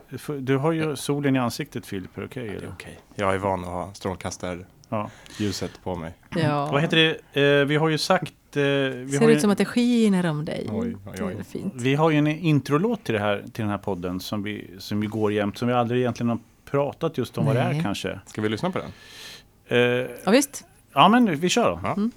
Du har ju solen i ansiktet, Filip. Är det okej? Det är okej. Jag är van att ha strålkastarljuset på mig. Ja. Vad heter det? Vi har ju sagt... Ser ut som att det skiner om dig. Oj. Det är fint. Vi har ju en introlåt till den här podden som vi går jämt, som vi aldrig egentligen har pratat just om vad det är kanske. Ska vi lyssna på den? Ja, visst. Ja, men vi kör då. Ja. Mm.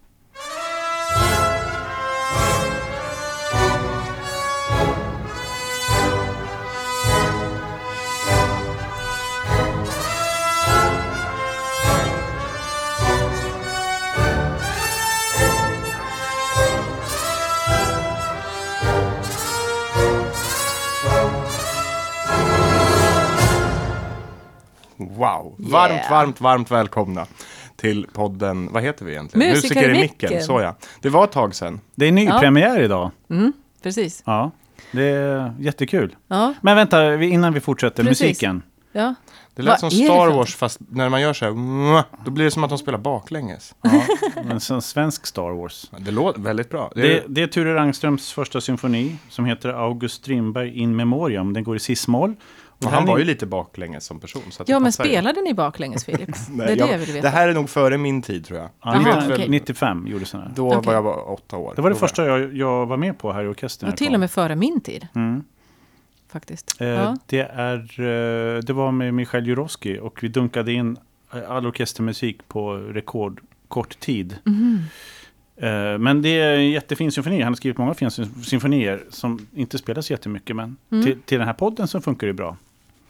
Wow, Yeah. varmt välkomna till podden. Vad heter vi egentligen? Musiker i micken. Så ja. Det var ett tag sedan. Det är nypremiär idag. Precis. Ja, det är jättekul. Ja, Men vänta, innan vi fortsätter, Precis. musiken. ja. Det lät Vad som är det Star för Wars, fast när man gör så här, då blir det som att de spelar baklänges. Ja, men som svensk Star Wars. Det låter väldigt bra. Det är Ture Rangströms första symfoni som heter August Strindberg in memoriam. Den går i cis-moll. Och han var ju lite baklänges som person. Så att Ja, det men passar ju. spelade ni baklänges, Filip? Nej, det är det jag vill veta. Det här är nog före min tid, tror jag. Ja, Aha, jag vet, okej. 95 gjorde sådana här. Då Okej. var jag 8 år. Det var det Då första jag var med på här i orkestern. Och till och med före min tid, Mm. faktiskt. Ja. Det var med Michail Jurovsky och vi dunkade in all orkestermusik på rekordkort tid. Mhm. Men det är en jättefin symfoni. Han har skrivit många fina symfonier som inte spelas jättemycket, men till den här podden så funkar det bra.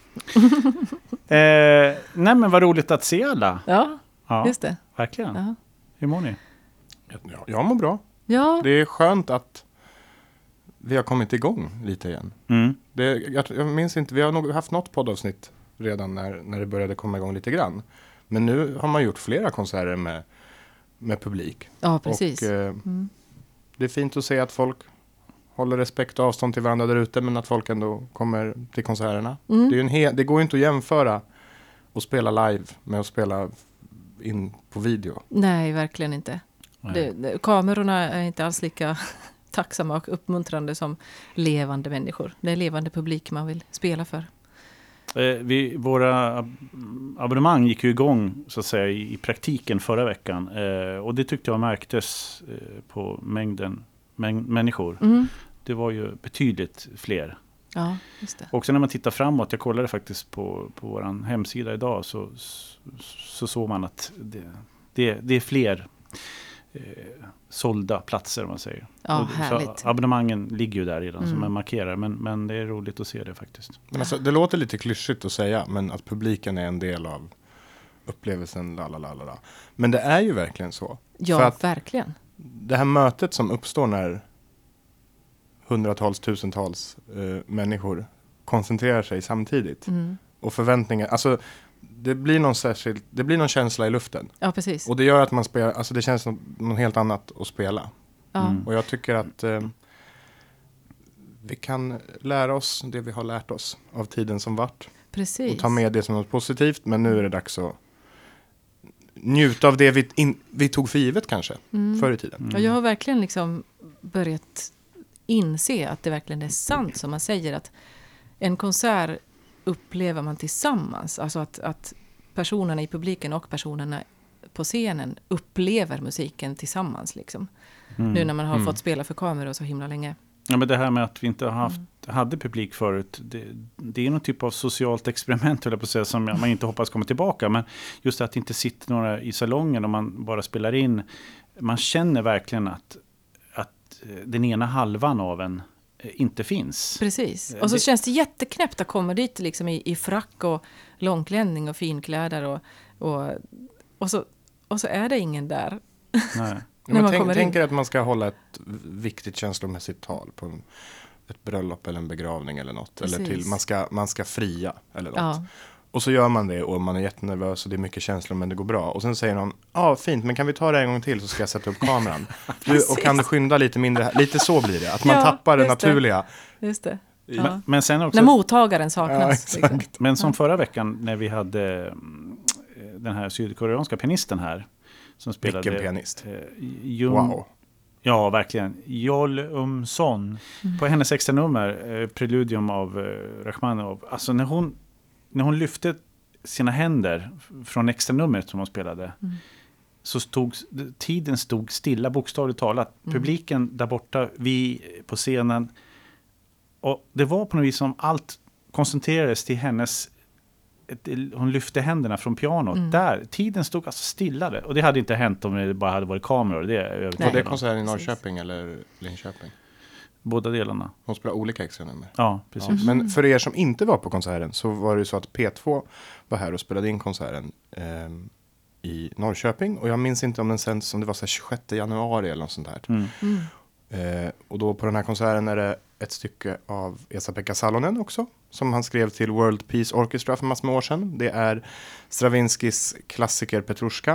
Nej, men vad roligt att se alla. Ja, Ja, just det. verkligen. Ja. Hur mår ni? Ja, jag mår bra. Ja, Det är skönt att vi har kommit igång lite igen. Mm. Jag minns inte, vi har nog haft något poddavsnitt redan när det började komma igång lite grann. Men nu har man gjort flera konserter med publik. ja precis. Och det är fint att se att folk håller respekt och avstånd till varandra där ute, men att folk ändå kommer till konserterna. Det är ju det går ju inte att jämföra att spela live med att spela in på video. Nej, verkligen inte. Nej. Kamerorna är inte alls lika tacksamma och uppmuntrande som levande människor. Det är levande publik man vill spela för. Våra abonnemang gick ju igång så att säga i praktiken förra veckan. Och det tyckte jag märktes på mängden människor. Det var ju betydligt fler. Ja, just det. Också när man tittar framåt, jag kollade faktiskt på vår hemsida idag, så såg man att det är fler sålda platser, om man säger. Ja, Så härligt. abonnemangen ligger ju där redan som en markerar, men det är roligt att se det faktiskt. Men alltså, det låter lite klyschigt att säga, men att publiken är en del av upplevelsen. Lalalala. Men det är ju verkligen så. Ja, För att verkligen. det här mötet som uppstår när hundratals, tusentals människor koncentrerar sig samtidigt. Och förväntningar, alltså det blir någon känsla i luften. Ja, precis. Och det gör att man spelar, alltså det känns som något helt annat att spela. Ja. Och jag tycker att vi kan lära oss det vi har lärt oss av tiden som vart. Precis. Och ta med det som något positivt, men nu är det dags att njuta av det vi tog för givet kanske, förr i tiden. Och jag har verkligen liksom börjat inse att det verkligen är sant som man säger, att en konsert upplever man tillsammans. Alltså att personerna i publiken och personerna på scenen upplever musiken tillsammans liksom. Nu när man har fått spela för kameror så himla länge. Ja, men det här med att vi inte hade publik förut, det är någon typ av socialt experiment, höll jag på att säga, som man inte hoppas kommer tillbaka. Men just att det inte sitter några i salongen och man bara spelar in, man känner verkligen att den ena halvan av en inte finns. Precis. Och så känns det jätteknäppt att komma dit liksom i frack och långklänning och finkläder och så är det ingen där. Nej. När man kommer tänker att man ska hålla ett viktigt känslomässigt tal på ett bröllop eller en begravning eller något. Precis. Eller till man ska fria eller något. Ja. Och så gör man det och man är jättenervös och det är mycket känslor, men det går bra. Och sen säger någon, fint, men kan vi ta det en gång till så ska jag sätta upp kameran. Och kan du skynda lite mindre här? Lite så blir det. Att man tappar det just det. naturliga. Just det. Ja. Men sen också, När mottagaren saknas. Ja, exakt. Liksom. men som förra veckan när vi hade den här sydkoreanska pianisten här som spelade. Vilken pianist. Jung, Wow. Ja, verkligen. Jol Umson. På hennes extra nummer, Preludium av Rachmaninoff. Alltså när hon lyfte sina händer från extra numret som hon spelade, så tiden stod stilla, bokstavligt talat. Publiken där borta, vi på scenen. Och det var på något vis som allt koncentrerades till hennes... Hon lyfte händerna från pianot. Där, tiden stod alltså stillade. Och det hade inte hänt om det bara hade varit kameror. Var det konserten i Norrköping eller Linköping? Båda delarna. Hon spelar olika extra nummer. Ja, precis. Ja. Men för er som inte var på konserten så var det så att P2 var här och spelade in konserten i Norrköping. Och jag minns inte om den sänds som det var så här 26 januari eller något sånt här. Och då på den här konserten är det ett stycke av Esa-Pekka Salonen också, som han skrev till World Peace Orchestra för massor med år sedan. Det är Stravinskys klassiker Petrushka,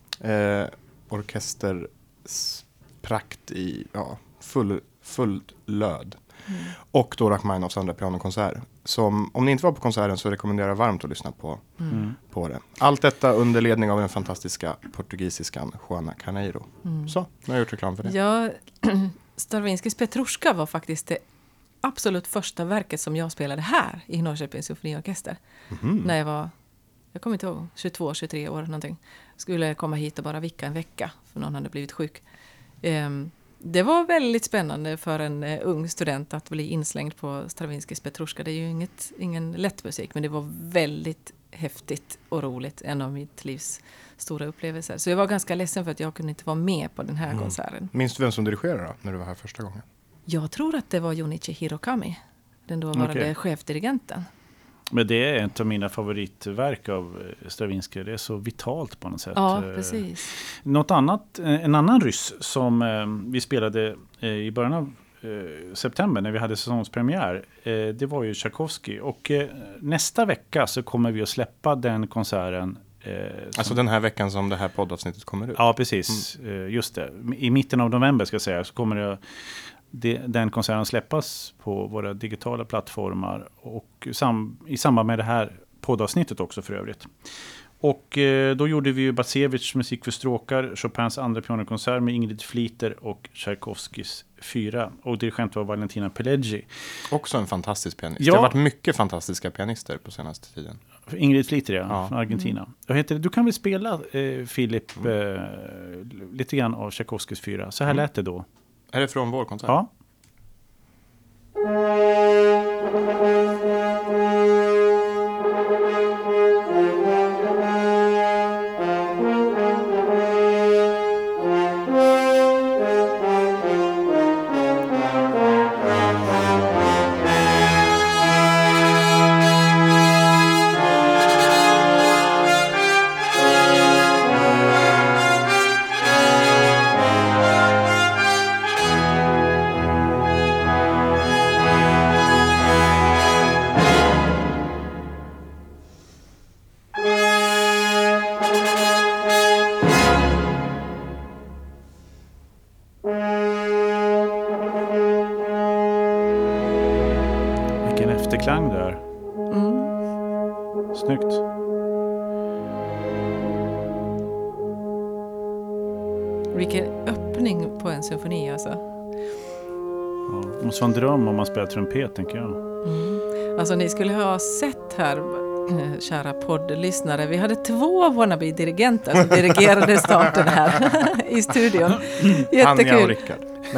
orkesterprakt i full löd. Och då Rachmaninoffs andra pianokonsert. Som, om ni inte var på konserten så rekommenderar jag varmt att lyssna på det. Allt detta under ledning av den fantastiska portugisiskan Juana Carneiro. Så, nu har jag gjort reklam för det. Ja, Stravinskys Petrushka var faktiskt det absolut första verket som jag spelade här i Norrköpings symfoniorkester. När jag kommer inte ihåg, 22-23 år någonting. Skulle komma hit och bara vicka en vecka för någon hade blivit sjuk. Det var väldigt spännande för en ung student att bli inslängd på Stravinskys Petrushka. Det är ju ingen lätt musik, men det var väldigt häftigt och roligt. En av mitt livs stora upplevelser. Så jag var ganska ledsen för att jag kunde inte vara med på den här konserten. Minns du vem som dirigerade då, när du var här första gången? Jag tror att det var Junichi Hirokami, den dåvarande chefdirigenten. Men det är ett av mina favoritverk av Stravinsky. Det är så vitalt på något sätt. Ja, precis. En annan ryss som vi spelade i början av september när vi hade säsongspremiär, det var ju Tchaikovsky. Och nästa vecka så kommer vi att släppa den konserten. Alltså den här veckan som det här poddavsnittet kommer ut? Ja, precis. Just det. I mitten av november ska jag säga, så kommer den konserten släppas på våra digitala plattformar och i samband med det här poddavsnittet också för övrigt. Och då gjorde vi ju Batsevich musik för stråkar, Chopins andra pianokonsert med Ingrid Fliter och Tchaikovskys 4. Och dirigent var Valentina Pelleggi. Också en fantastisk pianist. Ja. Det har varit mycket fantastiska pianister på senaste tiden. Ingrid Fliter, ja. Från Argentina. Du kan väl spela, Filip, lite grann av Tchaikovskys 4. Så här lät det då. Är det från vår konsert? Ja. Vilken efterklang där. Snyggt. Vilken öppning på en symfoni alltså. Ja, det måste vara en dröm om man spelar trumpet, tänker jag. Alltså ni skulle ha sett här, kära poddlyssnare. Vi hade 2 wannabe-dirigenter som dirigerade starten här i studion. Jättekul. Anja och Rickard.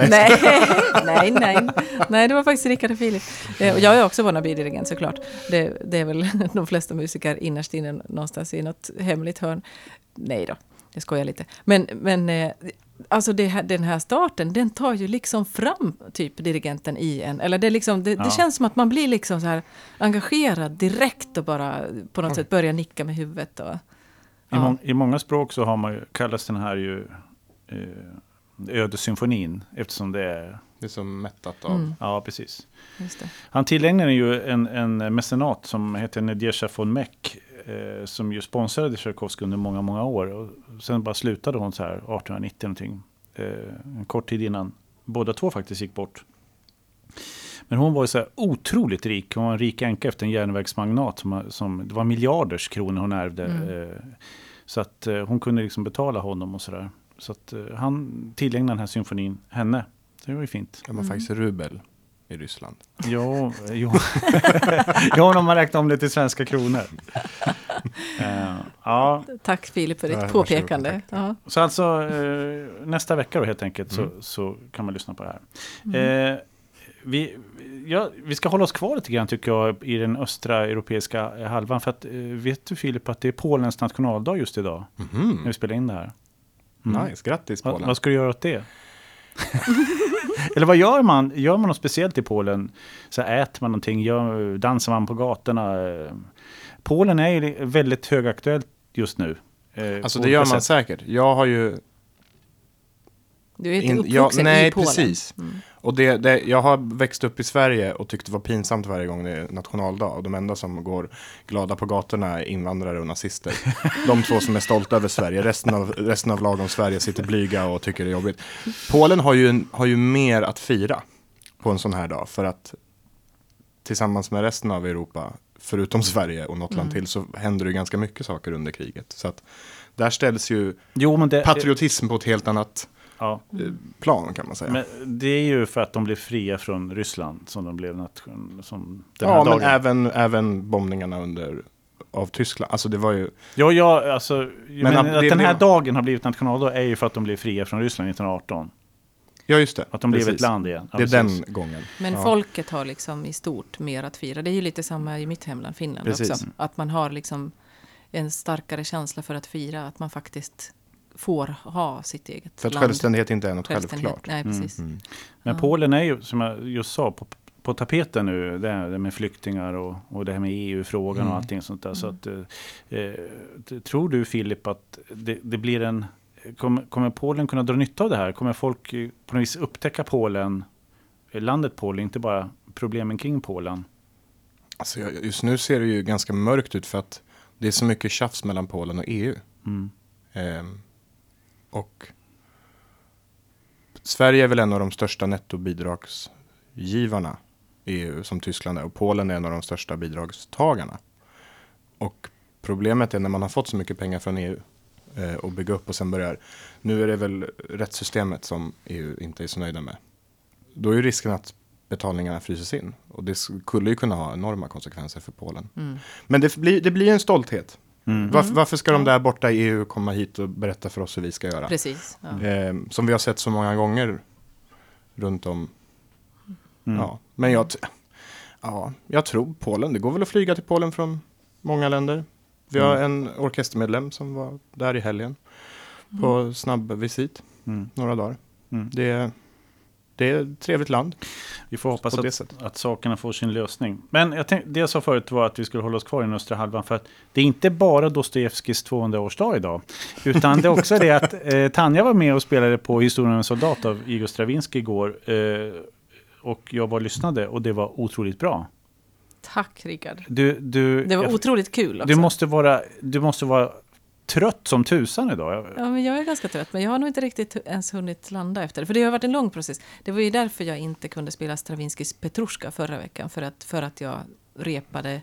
Nej, det var faktiskt Rickard och Filip. Och jag är också wannabe-dirigent såklart. Det är väl de flesta musiker innerst inne någonstans i något hemligt hörn. Nej då, jag skojar lite. Men alltså den här starten, den tar ju liksom fram typ dirigenten i en. Eller det, liksom, det känns som att man blir liksom så här engagerad direkt och bara på något sätt börjar nicka med huvudet. Och, I många språk så har man ju, kallas den här ju ödesymfonin, eftersom det är... Det är så mättat av... Ja, precis. Just det. Han tillägnade ju en mecenat som heter Nedjesha von Meck, som ju sponsrade Tchaikovsky under många, många år. Och sen bara slutade hon så här 1890 någonting. En kort tid innan båda två faktiskt gick bort. Men hon var ju så här otroligt rik. Hon var en rik änka efter en järnvägsmagnat som det var miljarders kronor hon ärvde. Så att hon kunde liksom betala honom och sådär. Så att han tillägnade den här symfonin henne. Det var ju fint. De har faktiskt rubel i Ryssland. Jo. Ja, de har räknat om det till svenska kronor. Ja. Tack Filip för ditt Ja, påpekande. varsågod, Ja. Så alltså nästa vecka då helt enkelt så kan man lyssna på det här. Vi ska hålla oss kvar lite grann tycker jag i den östra europeiska halvan. För att vet du Filip att det är Polens nationaldag just idag när vi spelar in det här? Nice, grattis Polen. Vad ska du göra åt det? Eller vad gör man? Gör man något speciellt i Polen? Så äter man någonting? Dansar man på gatorna? Polen är ju väldigt högaktuellt just nu. Alltså det gör man säkert. Jag har ju... Du är inte uppvuxen nej, i Polen. Precis. Och jag har växt upp i Sverige och tyckte det var pinsamt varje gång det är nationaldag. Och de enda som går glada på gatorna är invandrare och nazister. De två som är stolta över Sverige. Resten av lagom Sverige sitter blyga och tycker det är jobbigt. Polen har ju mer att fira på en sån här dag. För att tillsammans med resten av Europa, förutom Sverige och något land till, så händer det ganska mycket saker under kriget. Så att där ställs ju patriotism på ett helt annat... Ja. plan kan man säga. Men det är ju för att de blev fria från Ryssland som de blev som den här dagen. Men även bombningarna av Tyskland. Alltså det var ju... Alltså, men att den här dagen har blivit nationaldag är ju för att de blev fria från Ryssland 1918. Ja, just det. Att de blev ett land igen. Det är den gången. Men folket har liksom i stort mer att fira. Det är ju lite samma i mitt hemland, Finland också. Att man har liksom en starkare känsla för att fira. Att man faktiskt får ha sitt eget land. För att självständighet inte är något självklart. Nej, precis. Men Polen är ju, som jag just sa, på tapeten nu. Det med flyktingar och det här med EU-frågan och allting sånt där. Så att, tror du Filip att det blir kommer Polen kunna dra nytta av det här? Kommer folk på något vis upptäcka landet Polen, inte bara problemen kring Polen? Alltså just nu ser det ju ganska mörkt ut för att det är så mycket tjafs mellan Polen och EU. Och Sverige är väl en av de största nettobidragsgivarna i EU som Tyskland är. Och Polen är en av de största bidragstagarna. Och problemet är när man har fått så mycket pengar från EU och bygga upp och sen börjar. Nu är det väl rättssystemet som EU inte är så nöjda med. Då är ju risken att betalningarna fryses in. Och det skulle ju kunna ha enorma konsekvenser för Polen. Men det blir en stolthet. Varför ska de där borta i EU komma hit och berätta för oss hur vi ska göra? Precis. Ja. Som vi har sett så många gånger runt om. Ja, men jag tror Polen. Det går väl att flyga till Polen från många länder. Vi har en orkestermedlem som var där i helgen på snabb visit några dagar. Det är ett trevligt land. Vi får hoppas att sakerna får sin lösning. Men det jag sa förut var att vi skulle hålla oss kvar i den östra halvan. För att det är inte bara Dostojevskijs 200-årsdag idag. Utan det är också det att Tanja var med och spelade på Historien om en soldat av Igor Stravinsky igår. Och jag var och lyssnade och det var otroligt bra. Tack Rickard. Det var otroligt kul också. Du måste vara trött som tusan idag. Ja, men jag är ganska trött. Men jag har nog inte riktigt ens hunnit landa efter det. För det har varit en lång process. Det var ju därför jag inte kunde spela Stravinskys Petrushka förra veckan. För att jag repade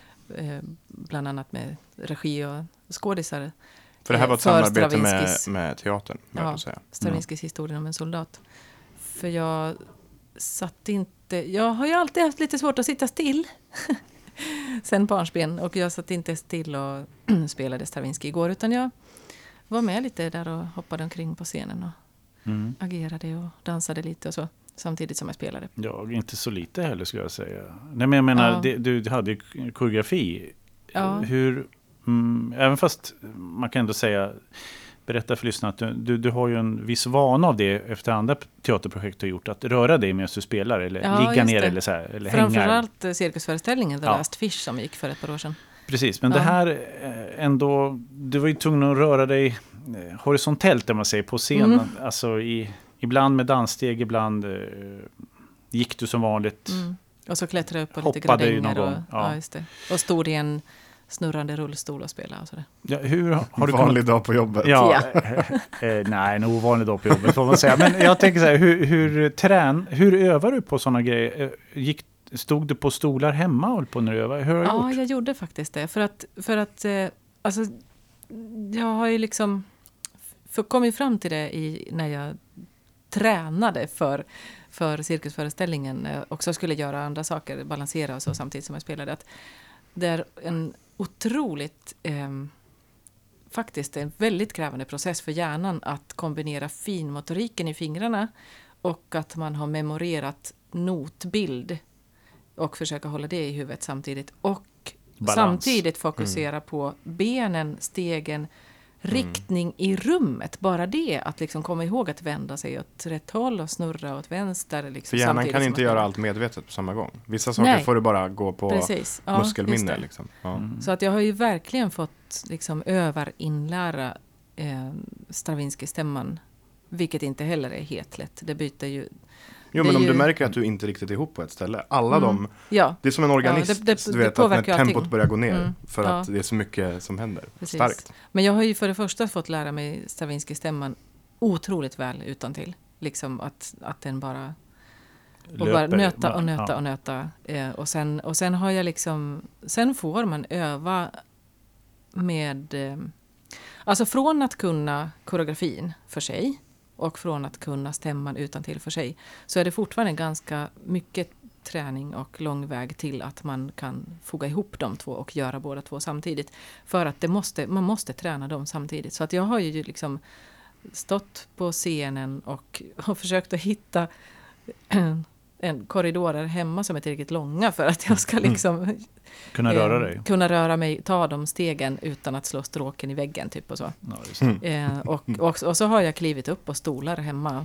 bland annat med regi och skådisar. För det här var ett samarbete med teatern. Ja, Stravinskys Historien om en soldat. För jag satt inte... Jag har ju alltid haft lite svårt att sitta still. Sen barnsben. Och jag satt inte still och spelade Stravinsky igår. Utan jag var med lite där och hoppade omkring på scenen. Och agerade och dansade lite och så. Samtidigt som jag spelade. Ja, inte så lite heller skulle jag säga. Nej, men jag menar, du hade ju koreografi. Ja. Även fast man kan ändå säga... Berätta för lyssnarna att du har ju en viss vana av det efter andra teaterprojekt du har gjort. Att röra dig medan du spelar eller ligga ner eller så här. Eller framförallt cirkusföreställningen The Last Fish som gick för ett par år sedan. Precis, men det här ändå... Du var ju tvungen att röra dig horisontellt om man säger på scenen. Alltså ibland med danssteg, ibland gick du som vanligt. Och så klättrade upp på lite gradänger. Ja. Just det. Och stod i en snurrande rullstol och spela och sådär. Ja, hur har du vanlig dag på jobbet? Ja. Nej, en ovanlig dag på jobbet får man säga. Men jag tänker så här, hur övar du på sådana grejer? Stod du på stolar hemma och på när du övade? Hur har du gjort? Ja, jag gjorde faktiskt det. För att alltså, jag har ju liksom kom ju fram till det när jag tränade för cirkusföreställningen och så skulle göra andra saker, balansera och så samtidigt som jag spelade. Att det är en otroligt, faktiskt en väldigt krävande process för hjärnan att kombinera finmotoriken i fingrarna och att man har memorerat notbild och försöka hålla det i huvudet samtidigt. Och samtidigt fokusera på benen, stegen, riktning i rummet. Bara det, att liksom komma ihåg att vända sig åt rätt håll och snurra åt vänster. Liksom, för hjärnan kan inte göra allt medvetet på samma gång. Vissa saker får du bara gå på muskelminne. Liksom. Ja. Så att jag har ju verkligen fått liksom överinlära Stravinsky-stämman. Vilket inte heller är helt lätt. Det byter ju... Jo, men om du märker att du inte riktigt är ihop på ett ställe. Alla de... Ja. Det är som en organism. Du vet att när tempot börjar gå ner. För att det är så mycket som händer. Precis. Starkt. Men jag har ju för det första fått lära mig Stravinsky-stämman otroligt väl utantill. Liksom att den bara... Och bara nöta. Och sen har jag liksom... Sen får man öva med... Alltså från att kunna koreografin för sig... och från att kunna stämman utantill för sig, så är det fortfarande ganska mycket träning och lång väg till att man kan foga ihop de två och göra båda två samtidigt. För att man måste träna dem samtidigt. Så att jag har ju liksom stått på scenen och försökt att hitta en korridorer hemma som är tillräckligt långa för att jag ska liksom kunna röra mig, ta de stegen utan att slå stråken i väggen typ och så. Ja, och så har jag klivit upp på stolar hemma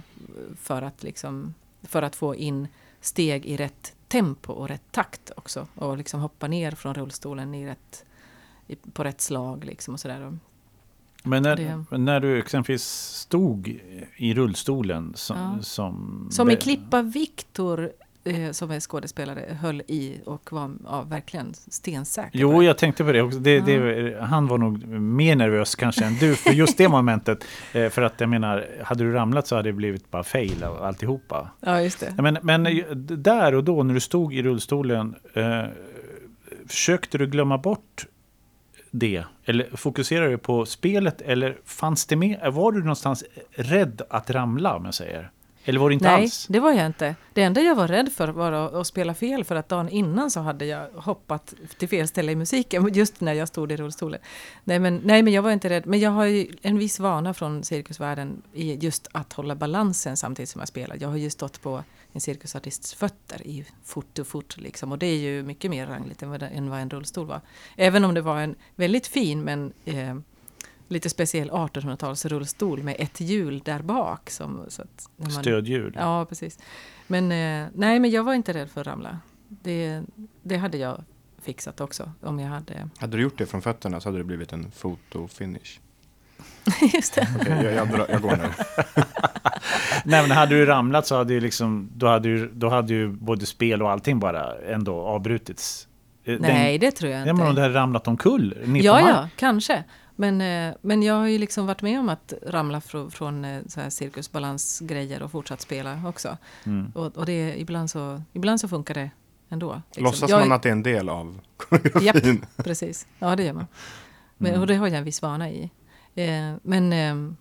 för att få in steg i rätt tempo och rätt takt också och liksom hoppa ner från rullstolen på rätt slag liksom och sådär. Men när du exempelvis stod i rullstolen som i Klippa Viktor som är skådespelare höll i och var verkligen stensäker. Jo, jag tänkte på det också. Han var nog mer nervös kanske än du för just det momentet. För att jag menar, hade du ramlat så hade det blivit bara fail och alltihopa. Ja, just det. Men där och då när du stod i rullstolen försökte du glömma bort det? Eller fokuserar du på spelet? Eller fanns det med? Var du någonstans rädd att ramla om jag säger? Eller var det inte alls? Nej, det var jag inte. Det enda jag var rädd för var att spela fel. För att dagen innan så hade jag hoppat till fel ställe i musiken. Just när jag stod i rullstolen. Nej, men jag var inte rädd. Men jag har ju en viss vana från cirkusvärlden i just att hålla balansen samtidigt som jag spelar. Jag har ju stått på en cirkusartists fötter i fort liksom. Och det är ju mycket mer rangligt än vad en rullstol var. Även om det var en väldigt fin men lite speciell 1800-tals rullstol med ett hjul där bak. Stödhjul. Ja, precis. Men nej, men jag var inte rädd för att ramla. Det hade jag fixat också. Om jag hade... Hade du gjort det från fötterna så hade det blivit en fotofinish. Just det. Okej, jag går nu. Nej, men hade du ramlat så hade ju liksom, då hade ju både spel och allting bara ändå avbrutits. Nej, det tror jag inte. Men om det hade ramlat omkull. Ja, kanske. Men jag har ju liksom varit med om att ramla från så här cirkusbalansgrejer och fortsatt spela också. Och det ibland så funkar det ändå. Liksom. Låtsas man att det är en del av koreografin? Japp, precis. Ja, det gör man. Och det har jag en viss vana i. Men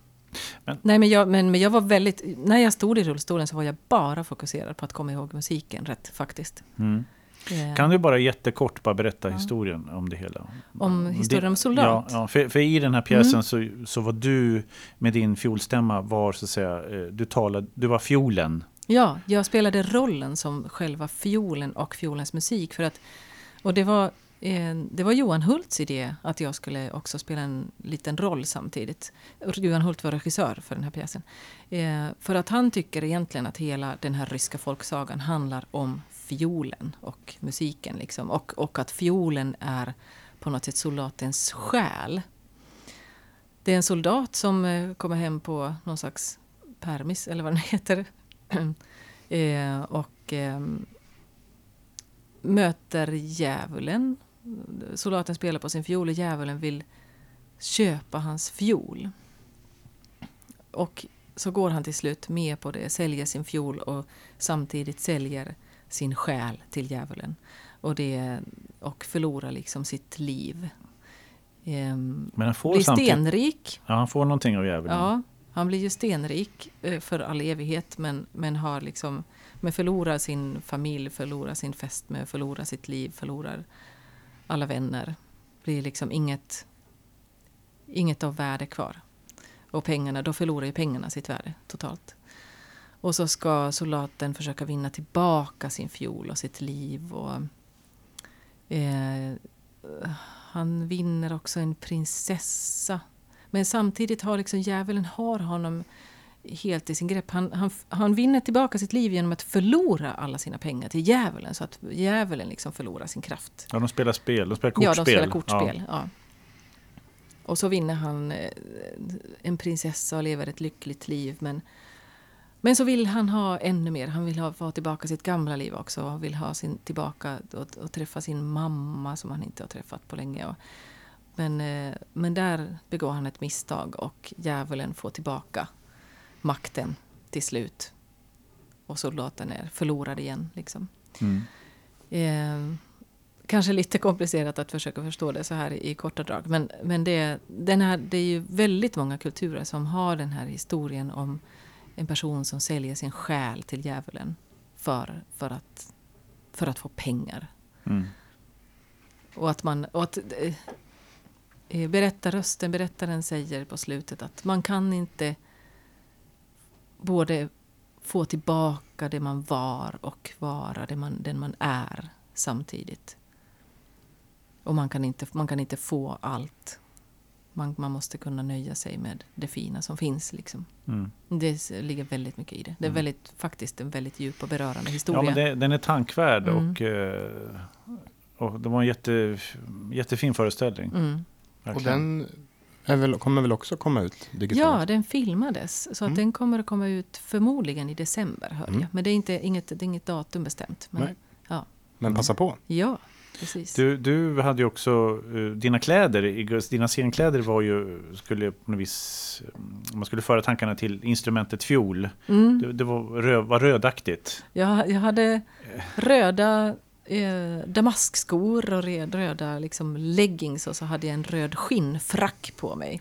jag var väldigt... När jag stod i rullstolen så var jag bara fokuserad på att komma ihåg musiken rätt faktiskt. Kan du bara jättekort berätta historien om det hela? Om historien om soldat? Ja, för i den här pjäsen så var du med din fiolstämma var så att säga, du var fiolen. Ja, jag spelade rollen som själva fiolen och fiolens musik och det var Johan Hults idé att jag skulle också spela en liten roll samtidigt. Johan Hult var regissör för den här pjäsen. För att han tycker egentligen att hela den här ryska folksagan handlar om fiolen och musiken. Liksom. Och att fiolen är på något sätt soldatens själ. Det är en soldat som kommer hem på någon slags permis, eller vad den heter. Och möter djävulen. Soldaten spelar på sin fiol och djävulen vill köpa hans fiol. Och så går han till slut med på det, säljer sin fiol och samtidigt säljer sin själ till djävulen. Och förlorar liksom sitt liv. Men han får blir stenrik. Ja, han får någonting av djävulen. Ja, Han blir ju stenrik för all evighet, men har liksom, men förlorar sin familj, förlorar sin fästmö, förlorar sitt liv, förlorar alla vänner. Blir liksom inget av värde kvar. Och pengarna, då förlorar ju pengarna sitt värde totalt. Och så ska soldaten försöka vinna tillbaka sin fiol och sitt liv. Och han vinner också en prinsessa. Men samtidigt har liksom djävulen har honom helt i sin grepp. Han vinner tillbaka sitt liv genom att förlora alla sina pengar till djävulen. Så att djävulen liksom förlorar sin kraft. Ja, de spelar spel. De spelar kortspel. Ja, de spelar kortspel. Ja. Och så vinner han en prinsessa och lever ett lyckligt liv. Men så vill han ha ännu mer. Han vill ha tillbaka sitt gamla liv också. Han vill ha tillbaka och träffa sin mamma som han inte har träffat på länge. Men där begår han ett misstag och djävulen får tillbaka makten till slut. Och soldaten är förlorad igen. Liksom. Kanske lite komplicerat att försöka förstå det så här i korta drag. Men det är ju väldigt många kulturer som har den här historien om en person som säljer sin själ till djävulen för att få pengar. Och att berättaren säger på slutet att man kan inte både få tillbaka det man var och vara den man är samtidigt. Och man kan inte få allt. Man måste kunna nöja sig med det fina som finns. Liksom. Det ligger väldigt mycket i det. Det är faktiskt en väldigt djup och berörande historia. Ja, men den är tankvärd och det var en jättefin föreställning. Och den kommer väl också komma ut digitalt? Ja, den filmades. Så att den kommer att komma ut förmodligen i december, hörde jag. Men det är inget datum bestämt. Men passa på. Ja, precis. Du hade ju också dina kläder, dina scenkläder var ju, man skulle föra tankarna till instrumentet fiol. Det var rödaktigt. Jag hade röda damaskskor och röda liksom leggings och så hade jag en röd skinnfrack på mig.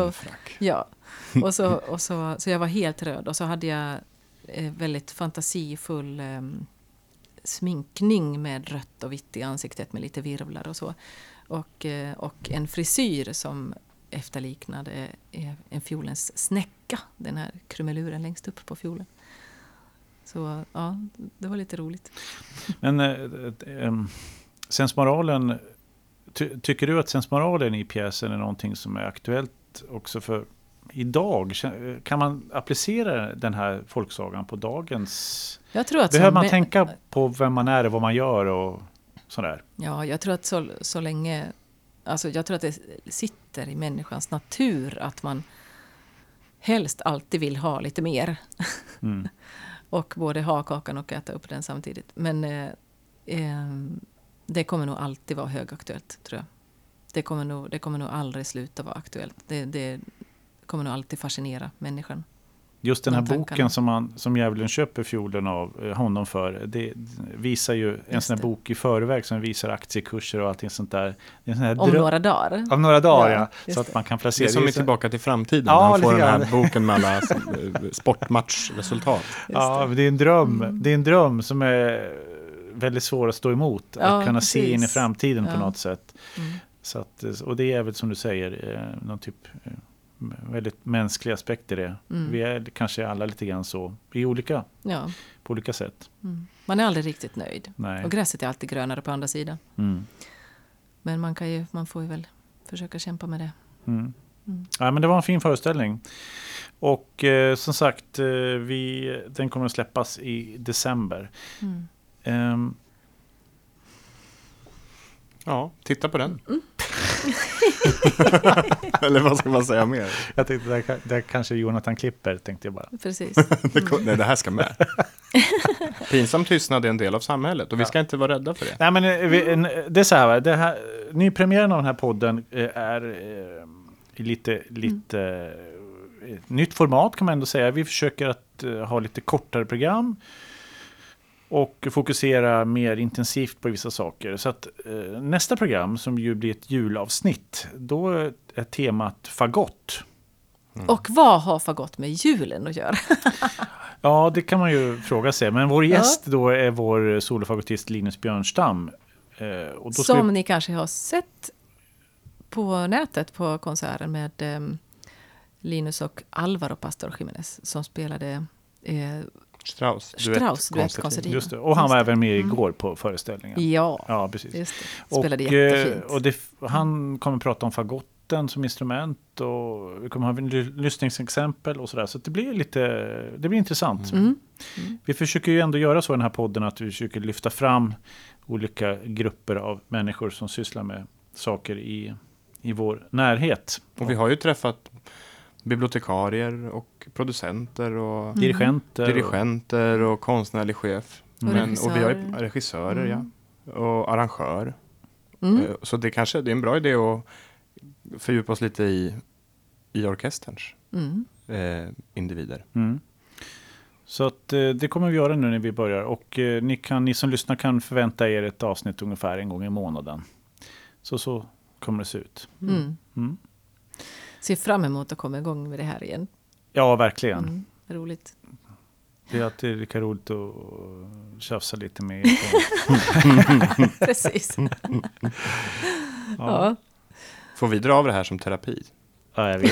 Så jag var helt röd och så hade jag väldigt fantasifull sminkning med rött och vitt i ansiktet med lite virvlar och så. Och en frisyr som efterliknade en fiolens snäcka, den här krumeluren längst upp på fiolen. Så ja, det var lite roligt. Men sensmoralen, tycker du att sensmoralen i pjäsen är någonting som är aktuellt också för idag? Kan man applicera den här folksagan på dagens... Behöver man tänka på vem man är och vad man gör och sådär? Ja, jag tror att så länge... Alltså jag tror att det sitter i människans natur att man helst alltid vill ha lite mer. Och både ha kakan och äta upp den samtidigt. Men det kommer nog alltid vara högaktuellt, tror jag. Det kommer nog aldrig sluta vara aktuellt. Det kommer nog alltid fascinera människan. Just den här boken som djävulen köper fiolen av honom för, det visar ju en sån här bok i förväg som visar aktiekurser och allting sånt där. Det är en sån här om några dagar. Om några dagar, ja. Så att man kan placera det. Är som är Tillbaka till framtiden. Ja, han får den här boken med alla sportmatchresultat. Ja, det är en dröm. Det är en dröm som är väldigt svår att stå emot. Att kunna se in i framtiden på något sätt. Så att, och det är väl som du säger någon typ... väldigt mänskliga aspekter det. Vi är kanske alla lite grann så på olika sätt. Man är aldrig riktigt nöjd. Nej. Och gräset är alltid grönare på andra sidan. Men man får ju väl försöka kämpa med det. Ja, men det var en fin föreställning. Och som sagt, den kommer att släppas i december. Ja, titta på den. Eller vad ska man säga mer? Jag tänkte där kanske Jonathan klipper, tänkte jag bara. Precis. Nej, det här ska med. Pinsam tystnad är en del av samhället och vi ska inte vara rädda för det. Nej, men det är så här, nypremiären av den här podden är lite nytt format kan man ändå säga. Vi försöker att ha lite kortare program och fokusera mer intensivt på vissa saker. Så att nästa program som ju blir ett julavsnitt, då är temat fagott. Och vad har fagott med julen att göra? Ja, det kan man ju fråga sig. Men vår gäst då är vår solofagottist Linus Björnstam. Och då som ni kanske har sett på nätet på konserten med Linus och Alvaro Pastor Jiménez som spelade Strauss duettkonsertin. Just det. Och han var även med igår på föreställningen. Ja, precis. Just det. Spelade jättefint. Och han kommer prata om fagotten som instrument och vi kommer ha lyssningsexempel och sådär. Så det blir intressant. Vi försöker ju ändå göra så i den här podden att vi försöker lyfta fram olika grupper av människor som sysslar med saker i vår närhet. Och vi har ju träffat bibliotekarier och producenter och dirigenter och konstnärlig chef. Och vi har ju regissörer och arrangör. Så det är en bra idé att fördjupa oss lite i orkesterns individer. Så att det kommer vi göra nu när vi börjar. Och ni som lyssnar kan förvänta er ett avsnitt ungefär en gång i månaden. Så kommer det se ut. Ser fram emot att komma igång med det här igen. Ja, verkligen. Roligt. Det är alltid lika roligt att tjafsa lite med. Precis. Ja. Får vi dra av det här som terapi? Ja, jag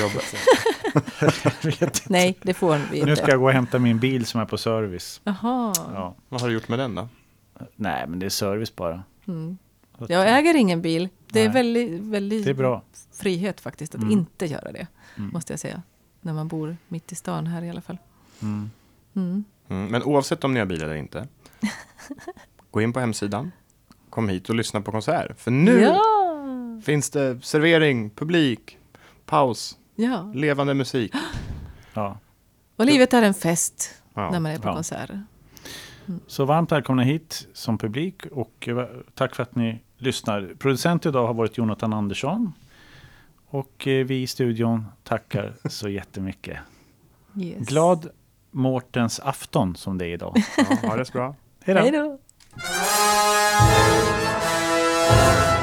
vet. Nej, det får vi inte. Nu ska jag gå och hämta min bil som är på service. Jaha. Ja. Vad har du gjort med den då? Nej, men det är service bara. Jag äger ingen bil. Det är väldigt det är bra. Frihet faktiskt att inte göra det. Måste jag säga. När man bor mitt i stan här i alla fall. Men oavsett om ni har bil eller inte. Gå in på hemsidan. Kom hit och lyssna på konsert. För nu finns det servering, publik, paus, levande musik. Ja. Och livet är en fest när man är på konserter. Så varmt välkomna hit som publik och tack för att ni lyssnar. Producent idag har varit Jonathan Andersson och vi i studion tackar så jättemycket. Yes. Glad Mårtens afton som det är idag. Ha det så bra. Hej då.